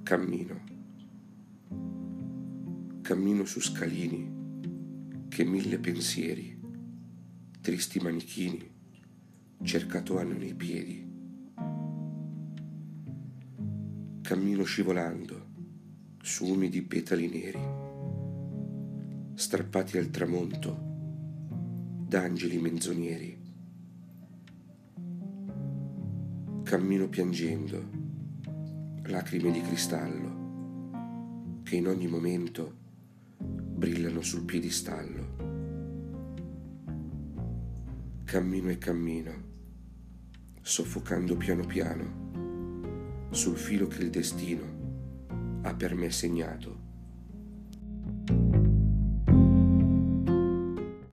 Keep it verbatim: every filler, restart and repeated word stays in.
Cammino, cammino su scalini che mille pensieri, tristi manichini, cercato hanno nei piedi. Cammino scivolando su umidi petali neri, strappati al tramonto d'angeli menzogneri. Cammino piangendo lacrime di cristallo che in ogni momento brillano sul piedistallo. Cammino e cammino, soffocando piano piano sul filo che il destino ha per me segnato.